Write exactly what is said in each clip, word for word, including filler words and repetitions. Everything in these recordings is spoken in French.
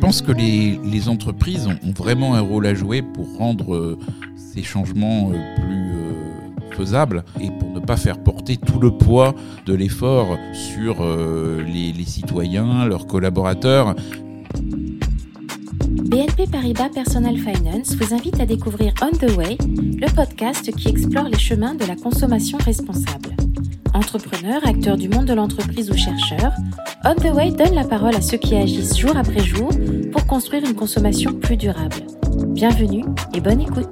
pense que les, les entreprises ont, ont vraiment un rôle à jouer pour rendre euh, ces changements euh, plus euh, faisables et pour ne pas faire porter tout le poids de l'effort sur euh, les, les citoyens, leurs collaborateurs. B N P Paribas Personal Finance vous invite à découvrir On the Way, le podcast qui explore les chemins de la consommation responsable. Entrepreneurs, acteurs du monde de l'entreprise ou chercheurs, On the Way donne la parole à ceux qui agissent jour après jour pour construire une consommation plus durable. Bienvenue et bonne écoute.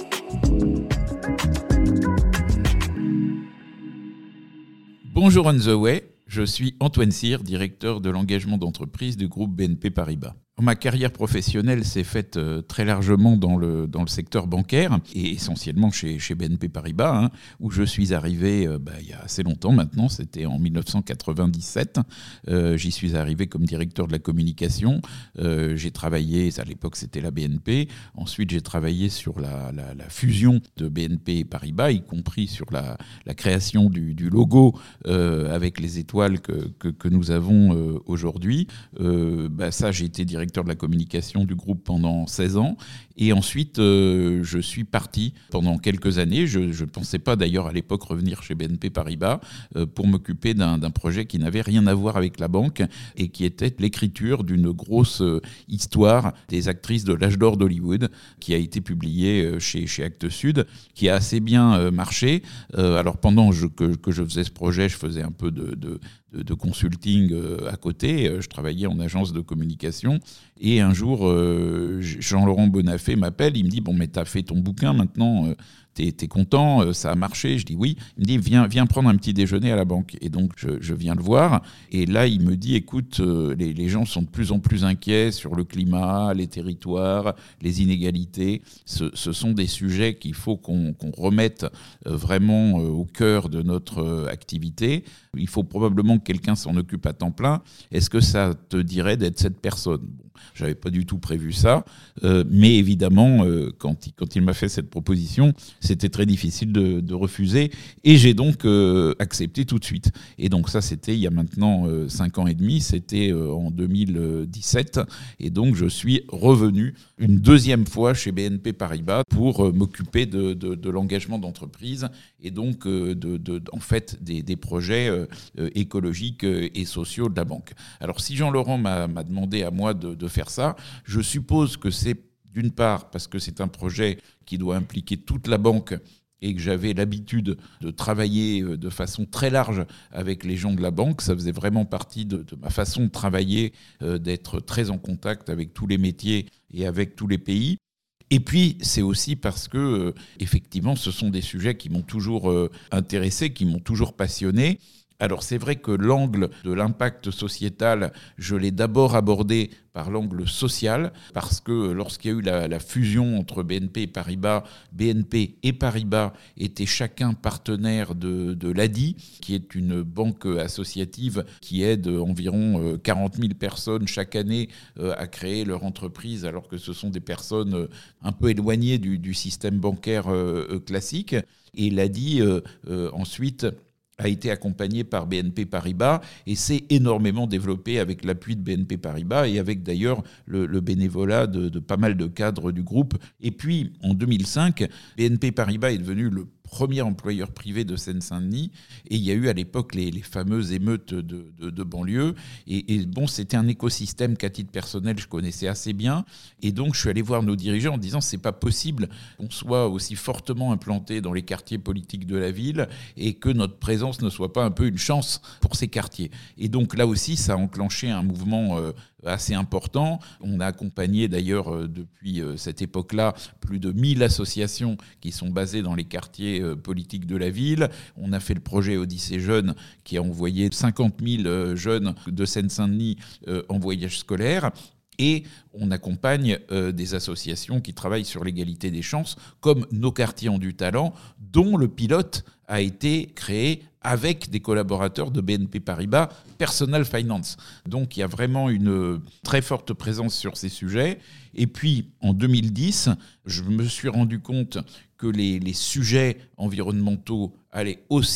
Bonjour On the Way, je suis Antoine Cyr, directeur de l'engagement d'entreprise du groupe B N P Paribas. Ma carrière professionnelle s'est faite euh, très largement dans le, dans le secteur bancaire et essentiellement chez, chez B N P Paribas, hein, où je suis arrivé euh, bah, il y a assez longtemps maintenant, c'était en dix-neuf cent quatre-vingt-dix-sept. Euh, j'y suis arrivé comme directeur de la communication. Euh, j'ai travaillé, à l'époque c'était la B N P, ensuite j'ai travaillé sur la, la, la fusion de B N P et Paribas, y compris sur la, la création du, du logo euh, avec les étoiles que, que, que nous avons euh, aujourd'hui. Euh, bah, ça, j'ai été directeur de la communication du groupe pendant seize ans. Et ensuite, euh, je suis parti pendant quelques années. Je ne pensais pas d'ailleurs à l'époque revenir chez B N P Paribas euh, pour m'occuper d'un, d'un projet qui n'avait rien à voir avec la banque et qui était l'écriture d'une grosse euh, histoire des actrices de l'âge d'or d'Hollywood qui a été publiée euh, chez, chez Actes Sud, qui a assez bien euh, marché. Euh, alors pendant je, que, que je faisais ce projet, je faisais un peu de, de, de, de consulting euh, à côté. Je travaillais en agence de communication. Et un jour, euh, Jean-Laurent Bonnafé m'appelle, il me dit « Bon, mais t'as fait ton bouquin maintenant, euh, t'es, t'es content, euh, ça a marché ?» Je dis « Oui ». Il me dit « Viens, viens prendre un petit déjeuner à la banque ». Et donc, je, je viens le voir. Et là, il me dit « Écoute, euh, les, les gens sont de plus en plus inquiets sur le climat, les territoires, les inégalités. Ce, ce sont des sujets qu'il faut qu'on, qu'on remette euh, vraiment euh, au cœur de notre euh, activité. Il faut probablement que quelqu'un s'en occupe à temps plein. Est-ce que ça te dirait d'être cette personne ?» Bon, je n'avais pas du tout prévu ça, euh, mais évidemment, euh, quand, il, quand il m'a fait cette proposition, c'était très difficile de, de refuser, et j'ai donc euh, accepté tout de suite. Et donc ça, c'était il y a maintenant euh, cinq ans et demi, c'était euh, en deux mille dix-sept, et donc je suis revenu une deuxième fois chez B N P Paribas pour euh, m'occuper de, de, de l'engagement d'entreprise, et donc euh, de, de, en fait des, des projets euh, euh, écologiques euh, et sociaux de la banque. Alors si Jean-Laurent m'a, m'a demandé à moi de, de faire ça, je suppose que c'est d'une part parce que c'est un projet qui doit impliquer toute la banque et que j'avais l'habitude de travailler de façon très large avec les gens de la banque. Ça faisait vraiment partie de, de ma façon de travailler, euh, d'être très en contact avec tous les métiers et avec tous les pays. Et puis, c'est aussi parce que, euh, effectivement, ce sont des sujets qui m'ont toujours euh, intéressé, qui m'ont toujours passionné. Alors c'est vrai que l'angle de l'impact sociétal, je l'ai d'abord abordé par l'angle social, parce que lorsqu'il y a eu la, la fusion entre B N P et Paribas, B N P et Paribas étaient chacun partenaires de, de l'A D I, qui est une banque associative qui aide environ quarante mille personnes chaque année à créer leur entreprise, alors que ce sont des personnes un peu éloignées du, du système bancaire classique. Et l'A D I, euh, euh, ensuite, a été accompagné par B N P Paribas et s'est énormément développé avec l'appui de B N P Paribas et avec d'ailleurs le, le bénévolat de, de pas mal de cadres du groupe. Et puis, en deux mille cinq, B N P Paribas est devenu le premier employeur privé de Seine-Saint-Denis, et il y a eu à l'époque les, les fameuses émeutes de, de, de banlieue, et, et bon, c'était un écosystème qu'à titre personnel je connaissais assez bien, et donc je suis allé voir nos dirigeants en disant c'est pas possible qu'on soit aussi fortement implanté dans les quartiers politiques de la ville et que notre présence ne soit pas un peu une chance pour ces quartiers. Et donc là aussi ça a enclenché un mouvement euh, assez important. On a accompagné d'ailleurs euh, depuis euh, cette époque-là plus de mille associations qui sont basées dans les quartiers euh, politiques de la ville. On a fait le projet Odyssée Jeunes qui a envoyé cinquante mille euh, jeunes de Seine-Saint-Denis euh, en voyage scolaire. Et on accompagne euh, des associations qui travaillent sur l'égalité des chances, comme Nos quartiers ont du talent, dont le pilote a été créé avec des collaborateurs de B N P Paribas Personal Finance. Donc il y a vraiment une très forte présence sur ces sujets. Et puis en deux mille dix, je me suis rendu compte que les, les sujets environnementaux allaient aussi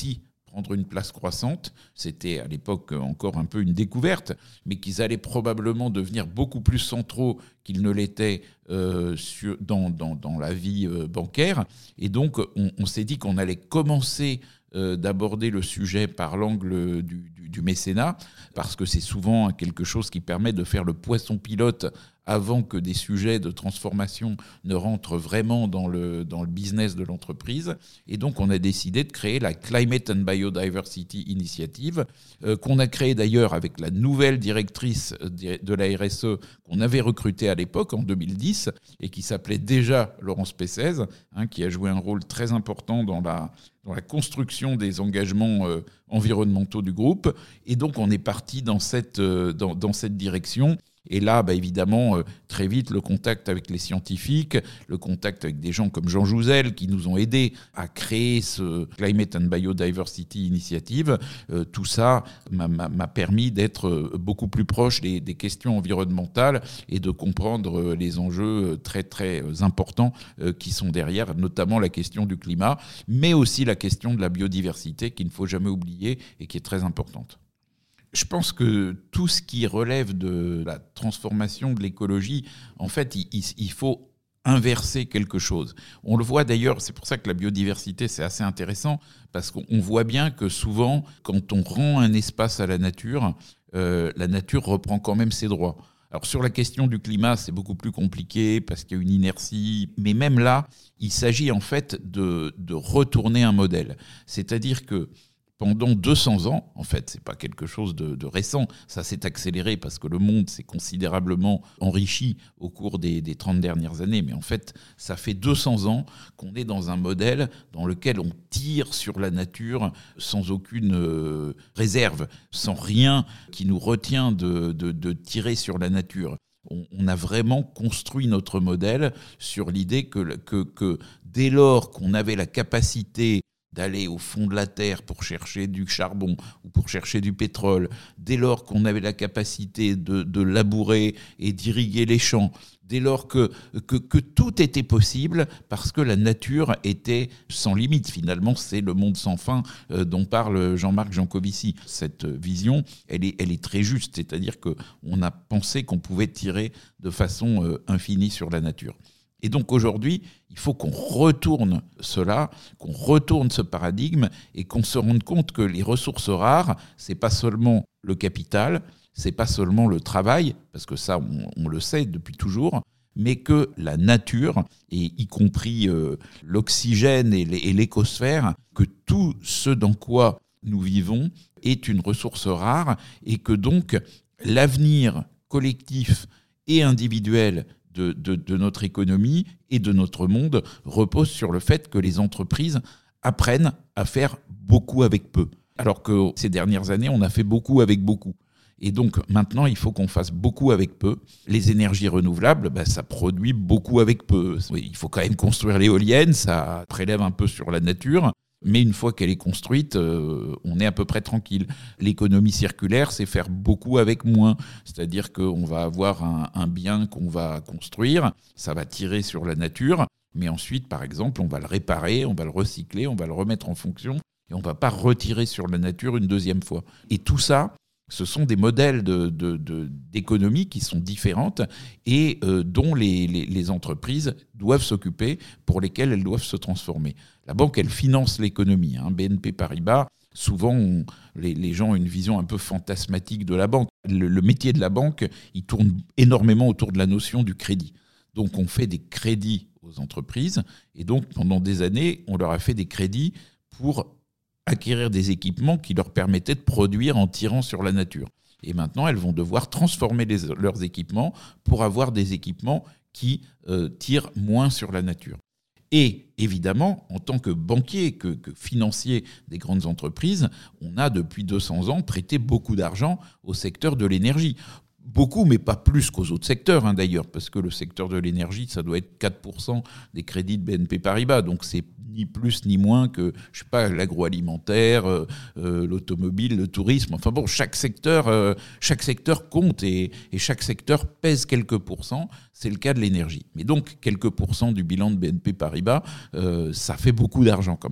prendre une place croissante. C'était à l'époque encore un peu une découverte, mais qu'ils allaient probablement devenir beaucoup plus centraux qu'ils ne l'étaient euh, sur, dans, dans, dans la vie euh, bancaire. Et donc, on, on s'est dit qu'on allait commencer euh, d'aborder le sujet par l'angle du, du, du mécénat, parce que c'est souvent quelque chose qui permet de faire le poisson pilote avant que des sujets de transformation ne rentrent vraiment dans le, dans le business de l'entreprise. Et donc, on a décidé de créer la Climate and Biodiversity Initiative, euh, qu'on a créée d'ailleurs avec la nouvelle directrice de la R S E qu'on avait recrutée à l'époque, en deux mille dix, et qui s'appelait déjà Laurence Pessez, hein, qui a joué un rôle très important dans la, dans la construction des engagements euh, environnementaux du groupe. Et donc, on est parti dans cette, euh, dans, dans cette direction. Et là, bah évidemment, euh, très vite, le contact avec les scientifiques, le contact avec des gens comme Jean Jouzel qui nous ont aidés à créer ce Climate and Biodiversity Initiative, euh, tout ça m'a, m'a permis d'être beaucoup plus proche des, des questions environnementales et de comprendre les enjeux très très importants euh, qui sont derrière, notamment la question du climat, mais aussi la question de la biodiversité qu'il ne faut jamais oublier et qui est très importante. Je pense que tout ce qui relève de la transformation de l'écologie, en fait, il, il faut inverser quelque chose. On le voit d'ailleurs, c'est pour ça que la biodiversité, c'est assez intéressant, parce qu'on voit bien que souvent, quand on rend un espace à la nature, euh, la nature reprend quand même ses droits. Alors sur la question du climat, c'est beaucoup plus compliqué parce qu'il y a une inertie, mais même là, il s'agit en fait de, de retourner un modèle. C'est-à-dire que pendant deux cents ans, en fait, c'est pas quelque chose de, de récent, ça s'est accéléré parce que le monde s'est considérablement enrichi au cours des, des trente dernières années, mais en fait, ça fait deux cents ans qu'on est dans un modèle dans lequel on tire sur la nature sans aucune euh, réserve, sans rien qui nous retient de, de, de tirer sur la nature. On, on a vraiment construit notre modèle sur l'idée que, que, que dès lors qu'on avait la capacité d'aller au fond de la terre pour chercher du charbon ou pour chercher du pétrole, dès lors qu'on avait la capacité de, de labourer et d'irriguer les champs, dès lors que, que, que tout était possible parce que la nature était sans limite. Finalement, c'est le monde sans fin euh, dont parle Jean-Marc Jancovici. Cette vision, elle est, elle est très juste, c'est-à-dire qu'on a pensé qu'on pouvait tirer de façon euh, infinie sur la nature. Et donc aujourd'hui, il faut qu'on retourne cela, qu'on retourne ce paradigme et qu'on se rende compte que les ressources rares, c'est pas seulement le capital, c'est pas seulement le travail, parce que ça, on, on le sait depuis toujours, mais que la nature, et y compris euh, l'oxygène et, les, et l'écosphère, que tout ce dans quoi nous vivons est une ressource rare et que donc l'avenir collectif et individuel De, de, de notre économie et de notre monde repose sur le fait que les entreprises apprennent à faire beaucoup avec peu. Alors que ces dernières années, on a fait beaucoup avec beaucoup. Et donc maintenant, il faut qu'on fasse beaucoup avec peu. Les énergies renouvelables, bah, ça produit beaucoup avec peu. Oui, il faut quand même construire l'éolienne, ça prélève un peu sur la nature. Mais une fois qu'elle est construite, euh, on est à peu près tranquille. L'économie circulaire, c'est faire beaucoup avec moins. C'est-à-dire qu'on va avoir un, un bien qu'on va construire, ça va tirer sur la nature, mais ensuite, par exemple, on va le réparer, on va le recycler, on va le remettre en fonction, et on ne va pas retirer sur la nature une deuxième fois. Et tout ça, ce sont des modèles de, de, de, d'économie qui sont différentes et euh, dont les, les, les entreprises doivent s'occuper, pour lesquelles elles doivent se transformer. La banque, elle finance l'économie. Hein. B N P Paribas, souvent, on, les, les gens ont une vision un peu fantasmatique de la banque. Le, le métier de la banque, il tourne énormément autour de la notion du crédit. Donc, on fait des crédits aux entreprises et donc, pendant des années, on leur a fait des crédits pour acquérir des équipements qui leur permettaient de produire en tirant sur la nature. Et maintenant, elles vont devoir transformer les, leurs équipements pour avoir des équipements qui euh, tirent moins sur la nature. Et évidemment, en tant que banquier, que, que financier des grandes entreprises, on a depuis deux cents ans prêté beaucoup d'argent au secteur de l'énergie. Beaucoup, mais pas plus qu'aux autres secteurs, hein, d'ailleurs, parce que le secteur de l'énergie, ça doit être quatre pour cent des crédits de B N P Paribas, donc c'est ni plus ni moins que, je sais pas, l'agroalimentaire, euh, euh, l'automobile, le tourisme. Enfin bon, chaque secteur, euh, chaque secteur compte et, et chaque secteur pèse quelques pourcents. C'est le cas de l'énergie. Mais donc, quelques pourcents du bilan de B N P Paribas, euh, ça fait beaucoup d'argent quand même.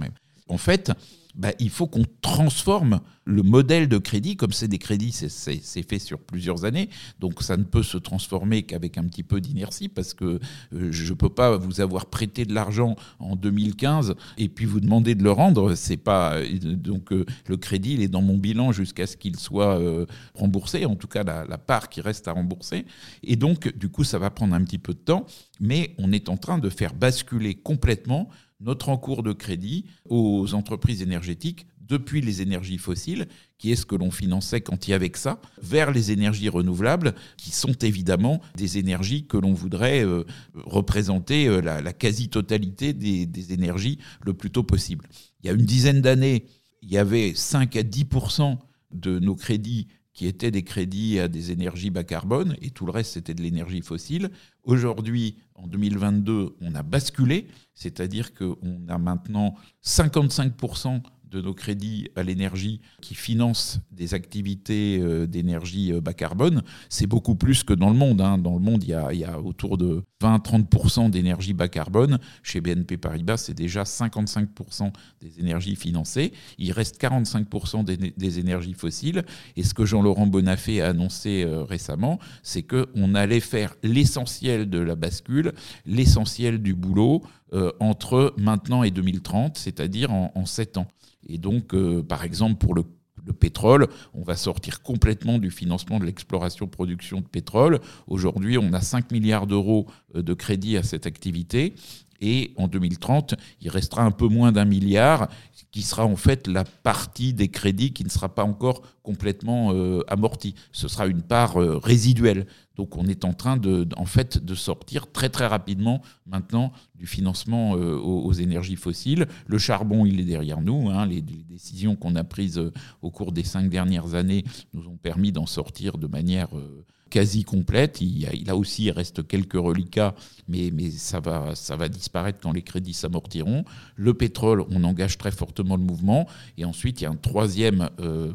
en fait, bah, il faut qu'on transforme le modèle de crédit. Comme c'est des crédits, c'est, c'est, c'est fait sur plusieurs années, donc ça ne peut se transformer qu'avec un petit peu d'inertie, parce que euh, je ne peux pas vous avoir prêté de l'argent en deux mille quinze et puis vous demander de le rendre. C'est pas, donc euh, le crédit, il est dans mon bilan jusqu'à ce qu'il soit euh, remboursé, en tout cas la, la part qui reste à rembourser. Et donc, du coup, ça va prendre un petit peu de temps, mais on est en train de faire basculer complètement notre encours de crédit aux entreprises énergétiques depuis les énergies fossiles, qui est ce que l'on finançait quand il y avait que ça, vers les énergies renouvelables, qui sont évidemment des énergies que l'on voudrait euh, représenter euh, la, la quasi-totalité des, des énergies le plus tôt possible. Il y a une dizaine d'années, il y avait cinq à dix pour cent de nos crédits qui étaient des crédits à des énergies bas carbone, et tout le reste, c'était de l'énergie fossile. Aujourd'hui, en deux mille vingt-deux, on a basculé, c'est-à-dire qu'on a maintenant cinquante-cinq pour cent de nos crédits à l'énergie qui financent des activités d'énergie bas carbone. C'est beaucoup plus que dans le monde. Hein. Dans le monde, il y a, il y a autour de vingt à trente pour cent d'énergie bas carbone. Chez B N P Paribas, c'est déjà cinquante-cinq pour cent des énergies financées. Il reste quarante-cinq pour cent des, des énergies fossiles. Et ce que Jean-Laurent Bonnafé a annoncé euh, récemment, c'est qu'on allait faire l'essentiel de la bascule, l'essentiel du boulot euh, entre maintenant et deux mille trente, c'est-à-dire en, en sept ans. Et donc, euh, par exemple, pour le, le pétrole, on va sortir complètement du financement de l'exploration-production de pétrole. Aujourd'hui, on a cinq milliards d'euros de crédit à cette activité. Et en deux mille trente, il restera un peu moins d'un milliard, qui sera en fait la partie des crédits qui ne sera pas encore complètement euh, amortie. Ce sera une part euh, résiduelle. Donc on est en train de, en fait, de sortir très très rapidement maintenant du financement euh, aux, aux énergies fossiles. Le charbon, il est derrière nous. Hein. Les, les décisions qu'on a prises euh, au cours des cinq dernières années nous ont permis d'en sortir de manière euh, quasi complète. Il, y a, il a aussi, il reste quelques reliquats, mais, mais ça, va, ça va disparaître quand les crédits s'amortiront. Le pétrole, on engage très fortement le mouvement. Et ensuite, il y a un troisième euh,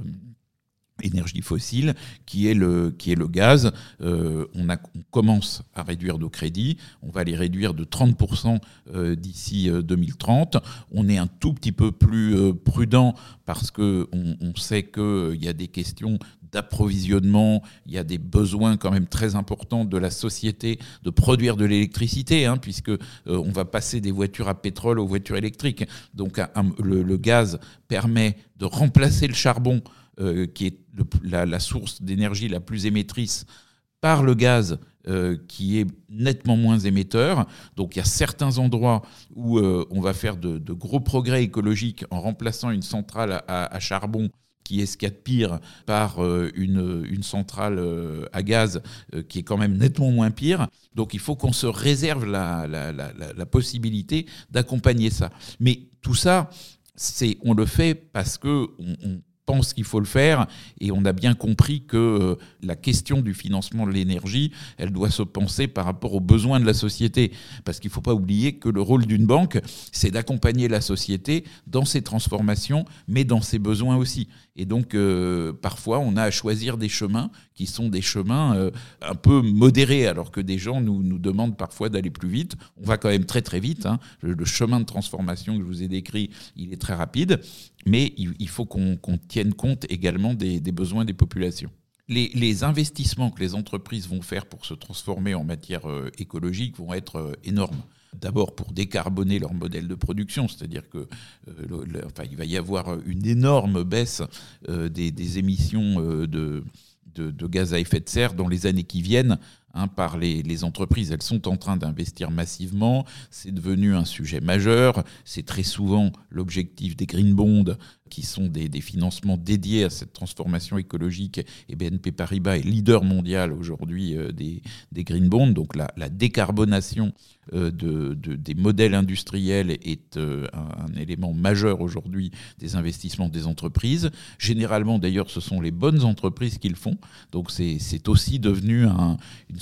énergie fossile qui est le, qui est le gaz. Euh, on, a, on commence à réduire nos crédits. On va les réduire de trente pour cent euh, d'ici euh, deux mille trente. On est un tout petit peu plus euh, prudent parce qu'on on sait qu'il euh, y a des questions d'approvisionnement, il y a des besoins quand même très importants de la société de produire de l'électricité, hein, puisque euh, on va passer des voitures à pétrole aux voitures électriques. Donc un, un, le, le gaz permet de remplacer le charbon, euh, qui est le, la, la source d'énergie la plus émettrice, par le gaz euh, qui est nettement moins émetteur. Donc il y a certains endroits où euh, on va faire de, de gros progrès écologiques en remplaçant une centrale à, à, à charbon qui est ce qu'il y a de pire, par euh, une, une centrale euh, à gaz euh, qui est quand même nettement moins pire. Donc il faut qu'on se réserve la, la, la, la possibilité d'accompagner ça. Mais tout ça, c'est, on le fait parce qu'on on pense qu'il faut le faire, et on a bien compris que euh, la question du financement de l'énergie, elle doit se penser par rapport aux besoins de la société. Parce qu'il ne faut pas oublier que le rôle d'une banque, c'est d'accompagner la société dans ses transformations, mais dans ses besoins aussi. Et donc, euh, parfois, on a à choisir des chemins qui sont des chemins euh, un peu modérés, alors que des gens nous, nous demandent parfois d'aller plus vite. On va quand même très très vite. Hein. Le, le chemin de transformation que je vous ai décrit, il est très rapide, mais il, il faut qu'on, qu'on tienne compte également des, des besoins des populations. Les, les investissements que les entreprises vont faire pour se transformer en matière euh, écologique vont être euh, énormes. D'abord pour décarboner leur modèle de production, c'est-à-dire que euh, le, le, enfin, il va y avoir une énorme baisse euh, des, des émissions euh, de, de, de gaz à effet de serre dans les années qui viennent, hein, par les, les entreprises. Elles sont en train d'investir massivement, c'est devenu un sujet majeur, c'est très souvent l'objectif des green bonds, qui sont des, des financements dédiés à cette transformation écologique, et B N P Paribas est leader mondial aujourd'hui euh, des, des green bonds. Donc la, la décarbonation euh, de, de, des modèles industriels est euh, un, un élément majeur aujourd'hui des investissements des entreprises. Généralement, d'ailleurs, ce sont les bonnes entreprises qui le font. Donc c'est, c'est aussi devenu un, une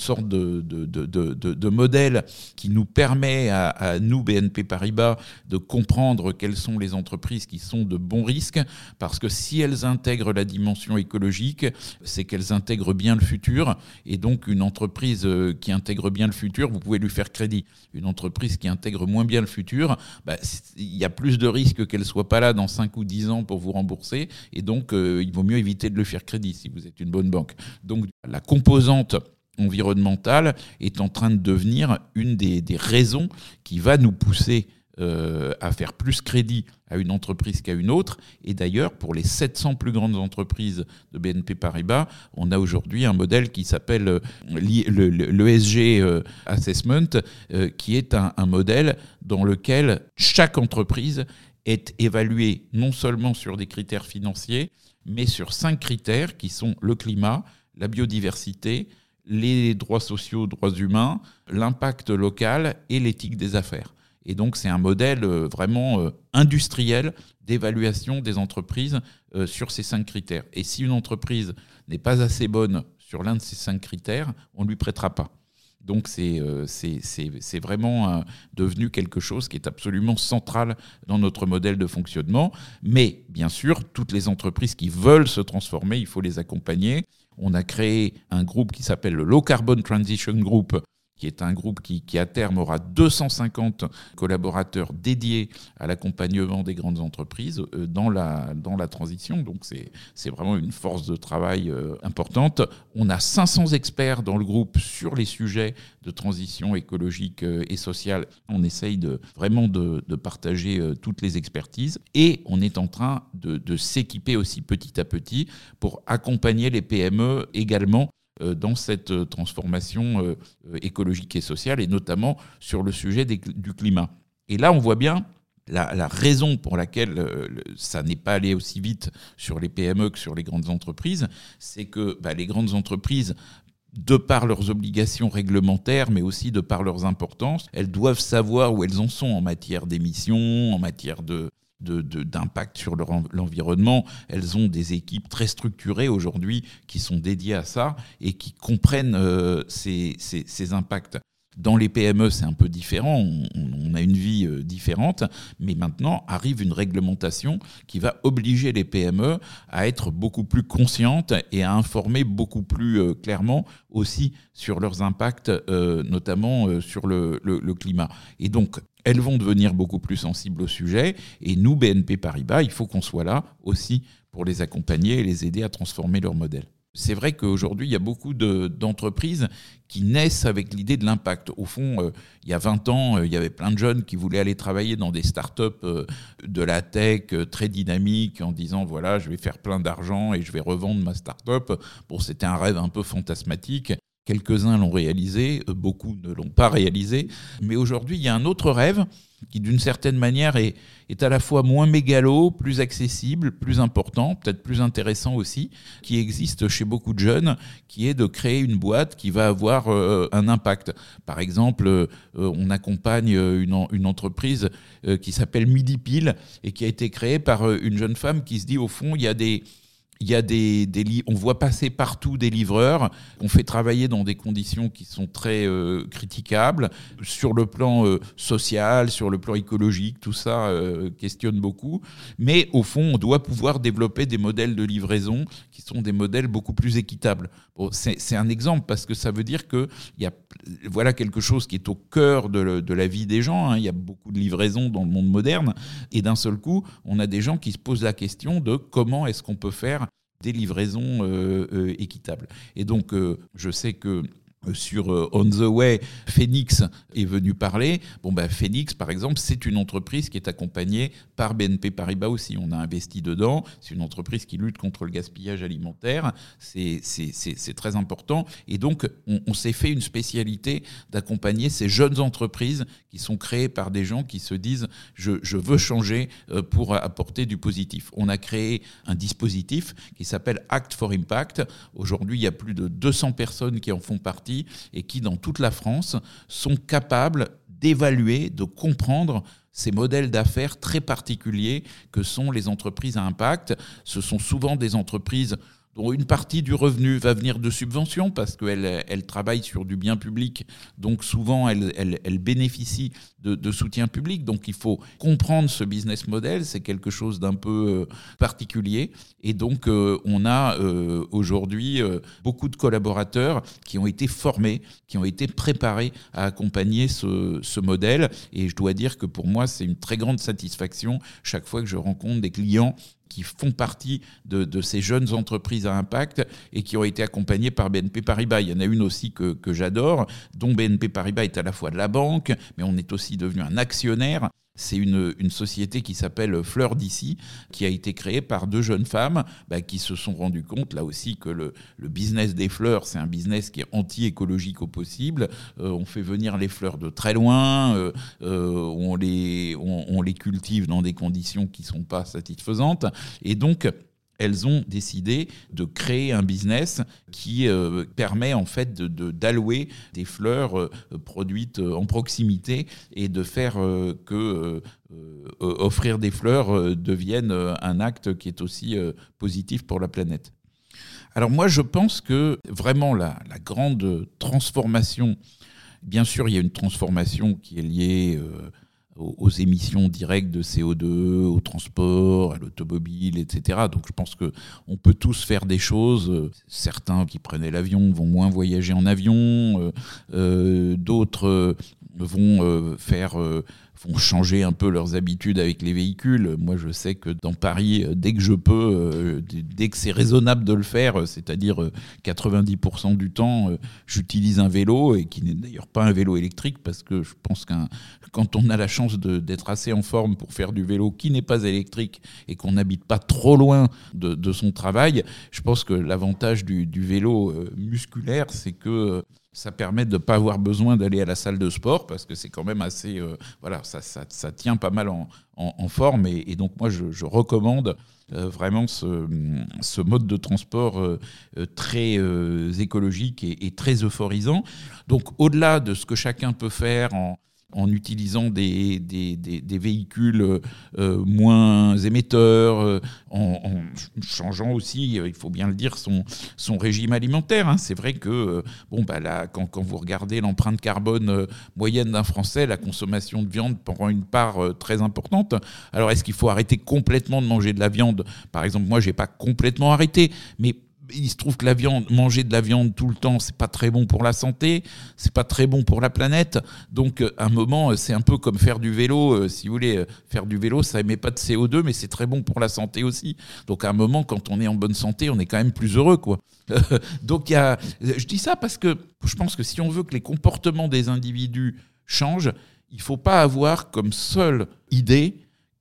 sorte de, de, de, de, de, de modèle qui nous permet à, à nous, B N P Paribas, de comprendre quelles sont les entreprises qui sont de bons risques, parce que si elles intègrent la dimension écologique, c'est qu'elles intègrent bien le futur, et donc une entreprise qui intègre bien le futur, vous pouvez lui faire crédit. Une entreprise qui intègre moins bien le futur, bah, il y a plus de risques qu'elle ne soit pas là dans cinq ou dix ans pour vous rembourser, et donc euh, il vaut mieux éviter de le faire crédit si vous êtes une bonne banque. Donc la composante environnementale est en train de devenir une des, des raisons qui va nous pousser euh, à faire plus crédit à une entreprise qu'à une autre. Et d'ailleurs, pour les sept cents plus grandes entreprises de B N P Paribas, on a aujourd'hui un modèle qui s'appelle euh, l'E S G euh, Assessment, euh, qui est un, un modèle dans lequel chaque entreprise est évaluée non seulement sur des critères financiers, mais sur cinq critères qui sont le climat, la biodiversité, les droits sociaux, droits humains, l'impact local et l'éthique des affaires. Et donc, c'est un modèle vraiment industriel d'évaluation des entreprises sur ces cinq critères. Et si une entreprise n'est pas assez bonne sur l'un de ces cinq critères, on ne lui prêtera pas. Donc, c'est, c'est, c'est, c'est vraiment devenu quelque chose qui est absolument central dans notre modèle de fonctionnement. Mais, bien sûr, toutes les entreprises qui veulent se transformer, il faut les accompagner. On a créé un groupe qui s'appelle le Low Carbon Transition Group, qui est un groupe qui, qui à terme aura deux cent cinquante collaborateurs dédiés à l'accompagnement des grandes entreprises dans la, dans la transition. Donc c'est, c'est vraiment une force de travail euh, importante. On a cinq cents experts dans le groupe sur les sujets de transition écologique euh, et sociale. On essaye de, vraiment de, de partager euh, toutes les expertises. Et on est en train de, de s'équiper aussi petit à petit pour accompagner les P M E également dans cette transformation écologique et sociale, et notamment sur le sujet des, du climat. Et là, on voit bien la, la raison pour laquelle ça n'est pas allé aussi vite sur les P M E que sur les grandes entreprises, c'est que bah, les grandes entreprises, de par leurs obligations réglementaires, mais aussi de par leurs importances, elles doivent savoir où elles en sont en matière d'émissions, en matière de... De, de, d'impact sur leur, l'environnement. Elles ont des équipes très structurées aujourd'hui qui sont dédiées à ça et qui comprennent euh, ces, ces, ces impacts. Dans les P M E, c'est un peu différent, on, on a une vie euh, différente, mais maintenant arrive une réglementation qui va obliger les P M E à être beaucoup plus conscientes et à informer beaucoup plus euh, clairement aussi sur leurs impacts, euh, notamment euh, sur le, le, le climat. Et donc, elles vont devenir beaucoup plus sensibles au sujet, et nous, B N P Paribas, il faut qu'on soit là aussi pour les accompagner et les aider à transformer leur modèle. C'est vrai qu'aujourd'hui, il y a beaucoup de, d'entreprises qui naissent avec l'idée de l'impact. Au fond, euh, il y a vingt ans, euh, il y avait plein de jeunes qui voulaient aller travailler dans des startups euh, de la tech euh, très dynamiques en disant « voilà, je vais faire plein d'argent et je vais revendre ma startup ». Bon, c'était un rêve un peu fantasmatique. Quelques-uns l'ont réalisé, beaucoup ne l'ont pas réalisé. Mais aujourd'hui, il y a un autre rêve qui, d'une certaine manière, est, est à la fois moins mégalo, plus accessible, plus important, peut-être plus intéressant aussi, qui existe chez beaucoup de jeunes, qui est de créer une boîte qui va avoir euh, un impact. Par exemple, euh, on accompagne une, une entreprise euh, qui s'appelle Midi Pile et qui a été créée par euh, une jeune femme qui se dit, au fond, il y a des... Il y a des, des li- on voit passer partout des livreurs, on fait travailler dans des conditions qui sont très euh, critiquables. Sur le plan euh, social, sur le plan écologique, tout ça euh, questionne beaucoup. Mais au fond, on doit pouvoir développer des modèles de livraison qui sont des modèles beaucoup plus équitables. Bon, c'est, c'est un exemple parce que ça veut dire qu'il y a voilà quelque chose qui est au cœur de, le, de la vie des gens. Hein. Il y a beaucoup de livraisons dans le monde moderne. Et d'un seul coup, on a des gens qui se posent la question de comment est-ce qu'on peut faire des livraisons euh, euh, équitables. Et donc, euh, je sais que sur euh, On the Way, Phoenix est venu parler. Bon, ben, Phoenix, par exemple, c'est une entreprise qui est accompagnée par B N P Paribas aussi. On a investi dedans. C'est une entreprise qui lutte contre le gaspillage alimentaire. C'est, c'est, c'est, c'est très important. Et donc, on, on s'est fait une spécialité d'accompagner ces jeunes entreprises qui sont créées par des gens qui se disent je, je veux changer pour apporter du positif. On a créé un dispositif qui s'appelle Act for Impact. Aujourd'hui, il y a plus de deux cents personnes qui en font partie et qui, dans toute la France, sont capables d'évaluer, de comprendre ces modèles d'affaires très particuliers que sont les entreprises à impact. Ce sont souvent des entreprises dont une partie du revenu va venir de subventions parce qu'elle elle travaille sur du bien public, donc souvent elle, elle, elle bénéficie de, de soutien public. Donc il faut comprendre ce business model, c'est quelque chose d'un peu euh, particulier. Et donc euh, on a euh, aujourd'hui euh, beaucoup de collaborateurs qui ont été formés, qui ont été préparés à accompagner ce, ce modèle. Et je dois dire que pour moi, c'est une très grande satisfaction chaque fois que je rencontre des clients qui font partie de, de ces jeunes entreprises à impact et qui ont été accompagnées par B N P Paribas. Il y en a une aussi que, que j'adore, dont B N P Paribas est à la fois de la banque, mais on est aussi devenu un actionnaire. C'est une, une société qui s'appelle Fleurs d'ici, qui a été créée par deux jeunes femmes bah, qui se sont rendues compte, là aussi, que le, le business des fleurs, c'est un business qui est anti-écologique au possible. Euh, on fait venir les fleurs de très loin, euh, euh, on, les, on, on les cultive dans des conditions qui ne sont pas satisfaisantes. Et donc, elles ont décidé de créer un business qui euh, permet en fait de, de, d'allouer des fleurs euh, produites en proximité et de faire euh, que euh, euh, offrir des fleurs euh, devienne un acte qui est aussi euh, positif pour la planète. Alors moi, je pense que vraiment la, la grande transformation, bien sûr, il y a une transformation qui est liée euh, aux émissions directes de C O deux, au transport, à l'automobile, et cetera. Donc je pense qu'on peut tous faire des choses. Certains qui prenaient l'avion vont moins voyager en avion, euh, d'autres vont euh, faire... Euh, vont changer un peu leurs habitudes avec les véhicules. Moi, je sais que dans Paris, dès que je peux, euh, dès que c'est raisonnable de le faire, c'est-à-dire quatre-vingt-dix pour cent du temps, euh, j'utilise un vélo, et qui n'est d'ailleurs pas un vélo électrique, parce que je pense que quand on a la chance de, d'être assez en forme pour faire du vélo qui n'est pas électrique et qu'on n'habite pas trop loin de, de son travail, je pense que l'avantage du, du vélo euh, musculaire, c'est que euh, ça permet de ne pas avoir besoin d'aller à la salle de sport, parce que c'est quand même assez... Euh, voilà, ça, ça, ça tient pas mal en, en, en forme. Et, et donc moi, je, je recommande euh, vraiment ce, ce mode de transport euh, très euh, écologique et, et très euphorisant. Donc au-delà de ce que chacun peut faire en... en utilisant des, des, des, des véhicules euh, moins émetteurs, euh, en, en changeant aussi, il faut bien le dire, son, son régime alimentaire. Hein. C'est vrai que euh, bon, bah là, quand, quand vous regardez l'empreinte carbone euh, moyenne d'un Français, la consommation de viande prend une part euh, très importante. Alors, est-ce qu'il faut arrêter complètement de manger de la viande ? Par exemple, moi, je n'ai pas complètement arrêté, mais il se trouve que la viande, manger de la viande tout le temps, c'est pas très bon pour la santé, c'est pas très bon pour la planète. Donc, à un moment, c'est un peu comme faire du vélo. Si vous voulez faire du vélo, ça émet pas de C O deux, mais c'est très bon pour la santé aussi. Donc, à un moment, quand on est en bonne santé, on est quand même plus heureux, quoi. Donc, il y a, je dis ça parce que je pense que si on veut que les comportements des individus changent, il faut pas avoir comme seule idée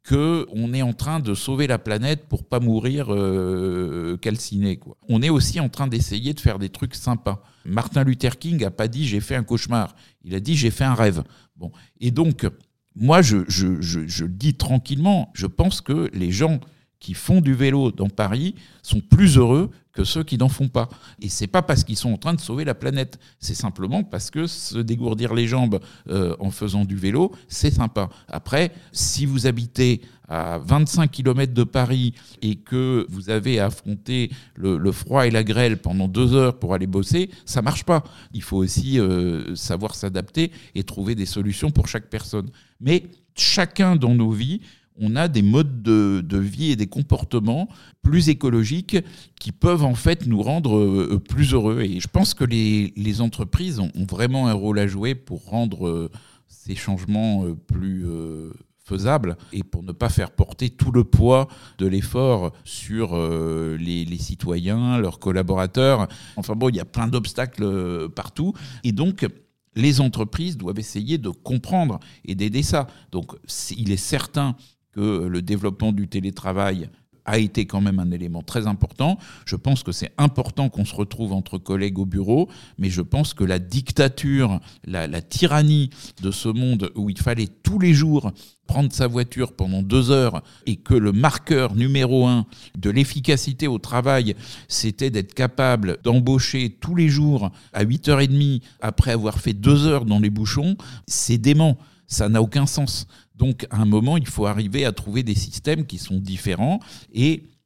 qu'on est en train de sauver la planète pour pas mourir euh, calciné, quoi. On est aussi en train d'essayer de faire des trucs sympas. Martin Luther King n'a pas dit « j'ai fait un cauchemar », il a dit « j'ai fait un rêve ». Bon. Et donc, moi, je, je, je, je dis tranquillement, je pense que les gens qui font du vélo dans Paris sont plus heureux que ceux qui n'en font pas. Et c'est pas parce qu'ils sont en train de sauver la planète, c'est simplement parce que se dégourdir les jambes euh, en faisant du vélo, c'est sympa. Après, si vous habitez à vingt-cinq kilomètres de Paris et que vous avez à affronter le, le froid et la grêle pendant deux heures pour aller bosser, ça marche pas. Il faut aussi euh, savoir s'adapter et trouver des solutions pour chaque personne. Mais chacun dans nos vies, on a des modes de, de vie et des comportements plus écologiques qui peuvent en fait nous rendre plus heureux. Et je pense que les, les entreprises ont, ont vraiment un rôle à jouer pour rendre ces changements plus euh, faisables et pour ne pas faire porter tout le poids de l'effort sur euh, les, les citoyens, leurs collaborateurs. Enfin bon, il y a plein d'obstacles partout. Et donc, les entreprises doivent essayer de comprendre et d'aider ça. Donc, il est certain que le développement du télétravail a été quand même un élément très important. Je pense que c'est important qu'on se retrouve entre collègues au bureau, mais je pense que la dictature, la, la tyrannie de ce monde où il fallait tous les jours prendre sa voiture pendant deux heures et que le marqueur numéro un de l'efficacité au travail, c'était d'être capable d'embaucher tous les jours à huit heures trente après avoir fait deux heures dans les bouchons, c'est dément. Ça n'a aucun sens. Donc, à un moment, il faut arriver à trouver des systèmes qui sont différents. Et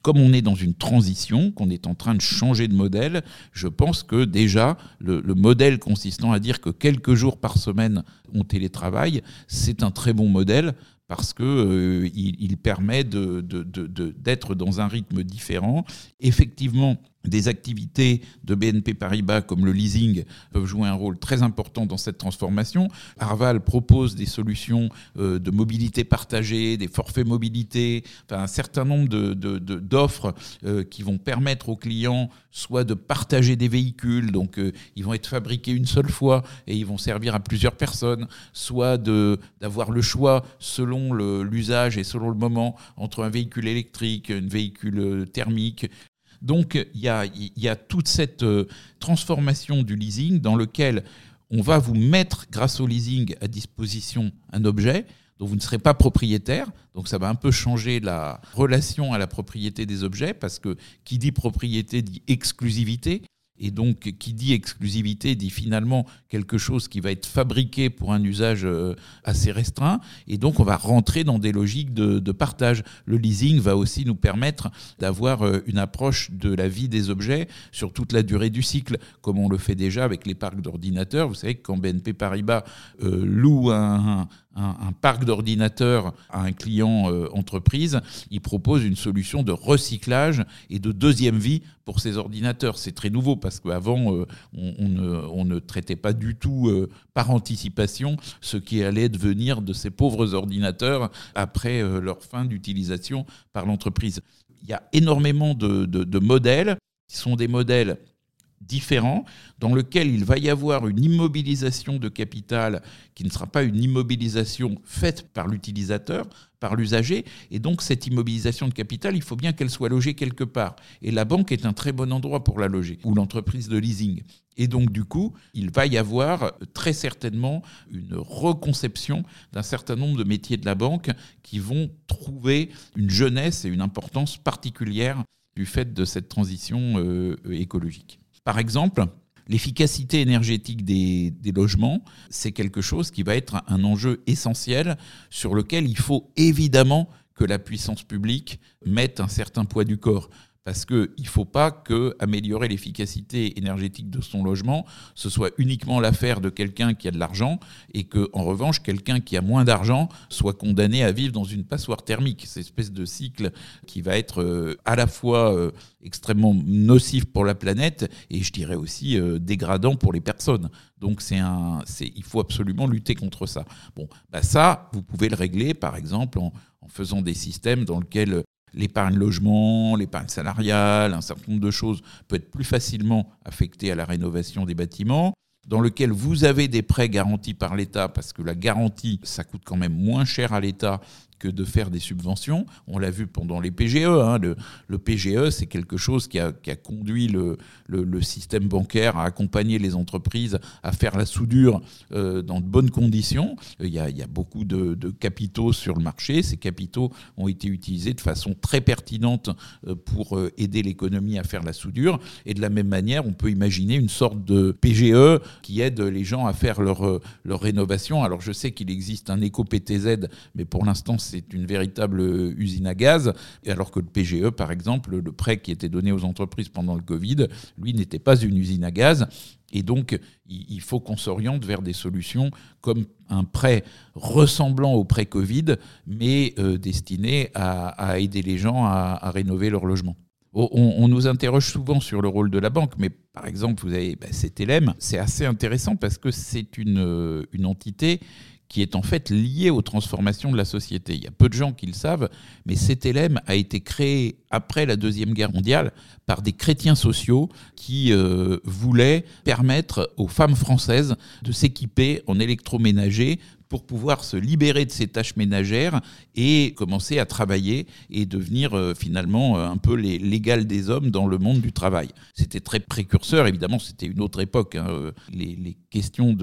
comme on est dans une transition, qu'on est en train de changer de modèle, je pense que déjà, le, le modèle consistant à dire que quelques jours par semaine on télétravaille, c'est un très bon modèle parce qu'il euh, il permet de, de, de, de, d'être dans un rythme différent. Effectivement, des activités de B N P Paribas comme le leasing peuvent jouer un rôle très important dans cette transformation. Arval propose des solutions euh, de mobilité partagée, des forfaits mobilité, enfin un certain nombre de, de, de, d'offres euh, qui vont permettre aux clients soit de partager des véhicules, donc euh, ils vont être fabriqués une seule fois et ils vont servir à plusieurs personnes, soit de, d'avoir le choix selon le, l'usage et selon le moment entre un véhicule électrique, un véhicule thermique. Donc, il y a, il y a toute cette euh, transformation du leasing dans lequel on va vous mettre, grâce au leasing, à disposition un objet dont vous ne serez pas propriétaire. Donc, ça va un peu changer la relation à la propriété des objets parce que qui dit propriété dit exclusivité. Et donc, qui dit exclusivité dit finalement quelque chose qui va être fabriqué pour un usage assez restreint. Et donc, on va rentrer dans des logiques de, de partage. Le leasing va aussi nous permettre d'avoir une approche de la vie des objets sur toute la durée du cycle, comme on le fait déjà avec les parcs d'ordinateurs. Vous savez que quand B N P Paribas euh, loue un... un Un, un parc d'ordinateurs à un client euh, entreprise, il propose une solution de recyclage et de deuxième vie pour ces ordinateurs. C'est très nouveau parce qu'avant, euh, on, on, ne, on ne traitait pas du tout euh, par anticipation ce qui allait devenir de ces pauvres ordinateurs après euh, leur fin d'utilisation par l'entreprise. Il y a énormément de, de, de modèles qui sont des modèles différents, dans lequel il va y avoir une immobilisation de capital qui ne sera pas une immobilisation faite par l'utilisateur, par l'usager. Et donc, cette immobilisation de capital, il faut bien qu'elle soit logée quelque part. Et la banque est un très bon endroit pour la loger, ou l'entreprise de leasing. Et donc, du coup, il va y avoir très certainement une reconception d'un certain nombre de métiers de la banque qui vont trouver une jeunesse et une importance particulière du fait de cette transition euh, écologique. Par exemple, l'efficacité énergétique des, des logements, c'est quelque chose qui va être un enjeu essentiel sur lequel il faut évidemment que la puissance publique mette un certain poids du corps. Parce qu'il ne faut pas qu'améliorer l'efficacité énergétique de son logement, ce soit uniquement l'affaire de quelqu'un qui a de l'argent et qu'en revanche, quelqu'un qui a moins d'argent soit condamné à vivre dans une passoire thermique. Cette espèce de cycle qui va être à la fois extrêmement nocif pour la planète et je dirais aussi dégradant pour les personnes. Donc c'est un, c'est, il faut absolument lutter contre ça. Bon, bah ça, vous pouvez le régler par exemple en, en faisant des systèmes dans lesquels l'épargne logement, l'épargne salariale, un certain nombre de choses peut être plus facilement affectées à la rénovation des bâtiments, dans lequel vous avez des prêts garantis par l'État, parce que la garantie, ça coûte quand même moins cher à l'État que de faire des subventions. On l'a vu pendant les P G E. Hein. Le, le P G E, c'est quelque chose qui a, qui a conduit le, le, le système bancaire à accompagner les entreprises à faire la soudure euh, dans de bonnes conditions. Il y a, il y a beaucoup de, de capitaux sur le marché. Ces capitaux ont été utilisés de façon très pertinente pour aider l'économie à faire la soudure. Et de la même manière, on peut imaginer une sorte de P G E qui aide les gens à faire leur, leur rénovation. Alors je sais qu'il existe un éco-P T Z, mais pour l'instant, c'est une véritable usine à gaz, alors que le P G E, par exemple, le prêt qui était donné aux entreprises pendant le Covid, lui, n'était pas une usine à gaz. Et donc, il faut qu'on s'oriente vers des solutions comme un prêt ressemblant au prêt Covid, mais euh, destiné à, à aider les gens à, à rénover leur logement. On, on nous interroge souvent sur le rôle de la banque, mais par exemple, vous avez bah, C T L M, c'est assez intéressant parce que c'est une, une entité qui est en fait lié aux transformations de la société. Il y a peu de gens qui le savent, mais C T L M a été créé après la Deuxième Guerre mondiale par des chrétiens sociaux qui euh, voulaient permettre aux femmes françaises de s'équiper en électroménager pour pouvoir se libérer de ces tâches ménagères et commencer à travailler et devenir euh, finalement un peu les, l'égal des hommes dans le monde du travail. C'était très précurseur, évidemment, c'était une autre époque. Hein. Les, les questions de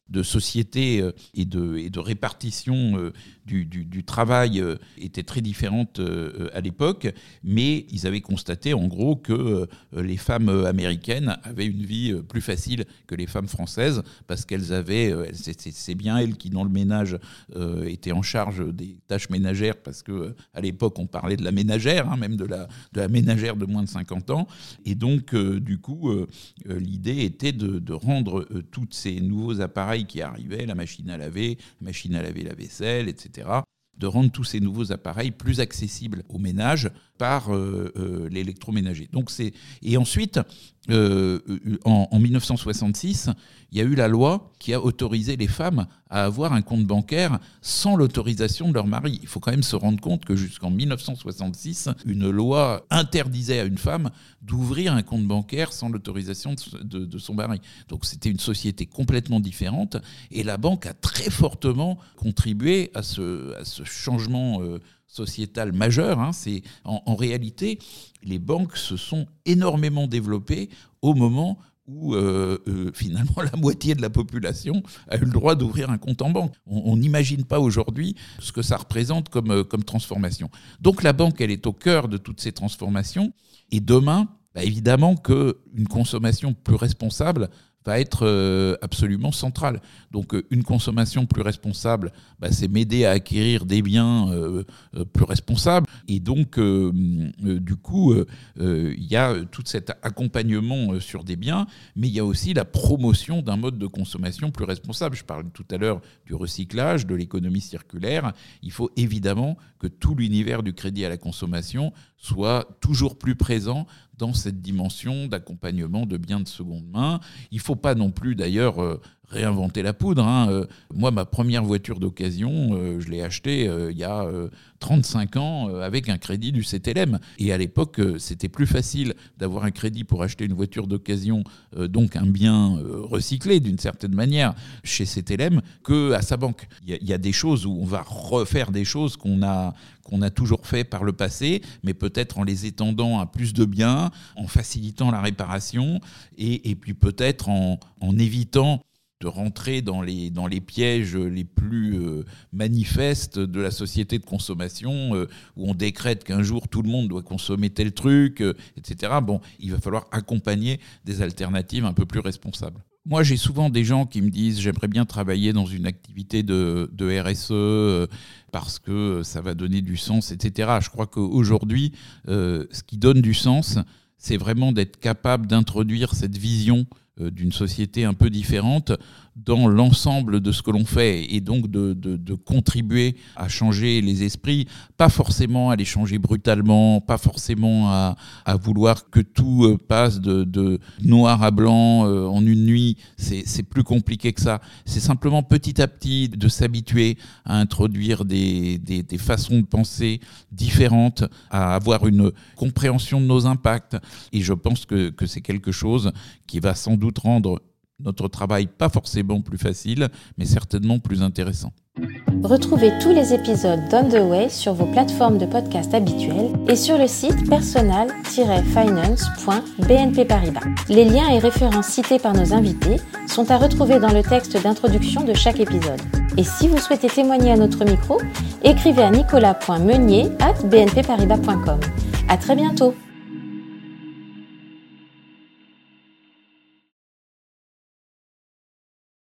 de société et de, et de répartition du, du, du travail étaient très différentes à l'époque, mais ils avaient constaté en gros que les femmes américaines avaient une vie plus facile que les femmes françaises parce qu'elles avaient, c'est, c'est bien elles qui dans le ménage étaient en charge des tâches ménagères parce qu'à l'époque on parlait de la ménagère, hein, même de la, de la ménagère de moins de cinquante ans, et donc du coup l'idée était de, de rendre tous ces nouveaux appareils qui arrivaient, la machine à laver, la machine à laver la vaisselle, et cetera, de rendre tous ces nouveaux appareils plus accessibles au ménage par euh, euh, l'électroménager. Donc c'est... Et ensuite, euh, en, en dix-neuf cent soixante-six, il y a eu la loi qui a autorisé les femmes à avoir un compte bancaire sans l'autorisation de leur mari. Il faut quand même se rendre compte que jusqu'en dix-neuf cent soixante-six, une loi interdisait à une femme d'ouvrir un compte bancaire sans l'autorisation de, de, de son mari. Donc c'était une société complètement différente et la banque a très fortement contribué à ce, à ce changement euh, sociétal majeur. Hein. C'est, en, en réalité, les banques se sont énormément développées au moment où euh, euh, finalement la moitié de la population a eu le droit d'ouvrir un compte en banque. On n'imagine pas aujourd'hui ce que ça représente comme, euh, comme transformation. Donc la banque, elle est au cœur de toutes ces transformations. Et demain, bah, évidemment qu'une consommation plus responsable va être euh, absolument centrale. Donc euh, une consommation plus responsable, bah, c'est m'aider à acquérir des biens euh, euh, plus responsables. Et donc, euh, euh, du coup, il euh, y a tout cet accompagnement euh, sur des biens, mais il y a aussi la promotion d'un mode de consommation plus responsable. Je parlais tout à l'heure du recyclage, de l'économie circulaire. Il faut évidemment que tout l'univers du crédit à la consommation soit toujours plus présent dans cette dimension d'accompagnement de biens de seconde main. Il ne faut pas non plus d'ailleurs euh, réinventer la poudre. Hein. Euh, moi, ma première voiture d'occasion, euh, je l'ai achetée euh, il y a euh, trente-cinq ans euh, avec un crédit du C T L M. Et à l'époque, euh, c'était plus facile d'avoir un crédit pour acheter une voiture d'occasion, euh, donc un bien euh, recyclé d'une certaine manière chez C T L M, qu'à sa banque. Il y, y a des choses où on va refaire des choses qu'on a, qu'on a toujours fait par le passé, mais peut-être en les étendant à plus de biens, en facilitant la réparation et, et puis peut-être en, en évitant de rentrer dans les, dans les pièges les plus euh, manifestes de la société de consommation, euh, où on décrète qu'un jour tout le monde doit consommer tel truc, euh, et cetera. Bon, il va falloir accompagner des alternatives un peu plus responsables. Moi, j'ai souvent des gens qui me disent « j'aimerais bien travailler dans une activité de, de R S E euh, parce que ça va donner du sens, et cetera » Je crois qu'aujourd'hui, euh, ce qui donne du sens, c'est vraiment d'être capable d'introduire cette vision d'une société un peu différente dans l'ensemble de ce que l'on fait et donc de, de, de contribuer à changer les esprits, pas forcément à les changer brutalement, pas forcément à, à vouloir que tout passe de, de noir à blanc euh, en une nuit. C'est, c'est plus compliqué que ça. C'est simplement petit à petit de s'habituer à introduire des, des, des façons de penser différentes, à avoir une compréhension de nos impacts. Et je pense que, que c'est quelque chose qui va sans doute rendre notre travail pas forcément plus facile, mais certainement plus intéressant. Retrouvez tous les épisodes d'On the Way sur vos plateformes de podcast habituelles et sur le site personal tiret finance point b n p paribas. Les liens et références cités par nos invités sont à retrouver dans le texte d'introduction de chaque épisode. Et si vous souhaitez témoigner à notre micro, écrivez à nicolas point meunier arobase b n p paribas point com. À très bientôt.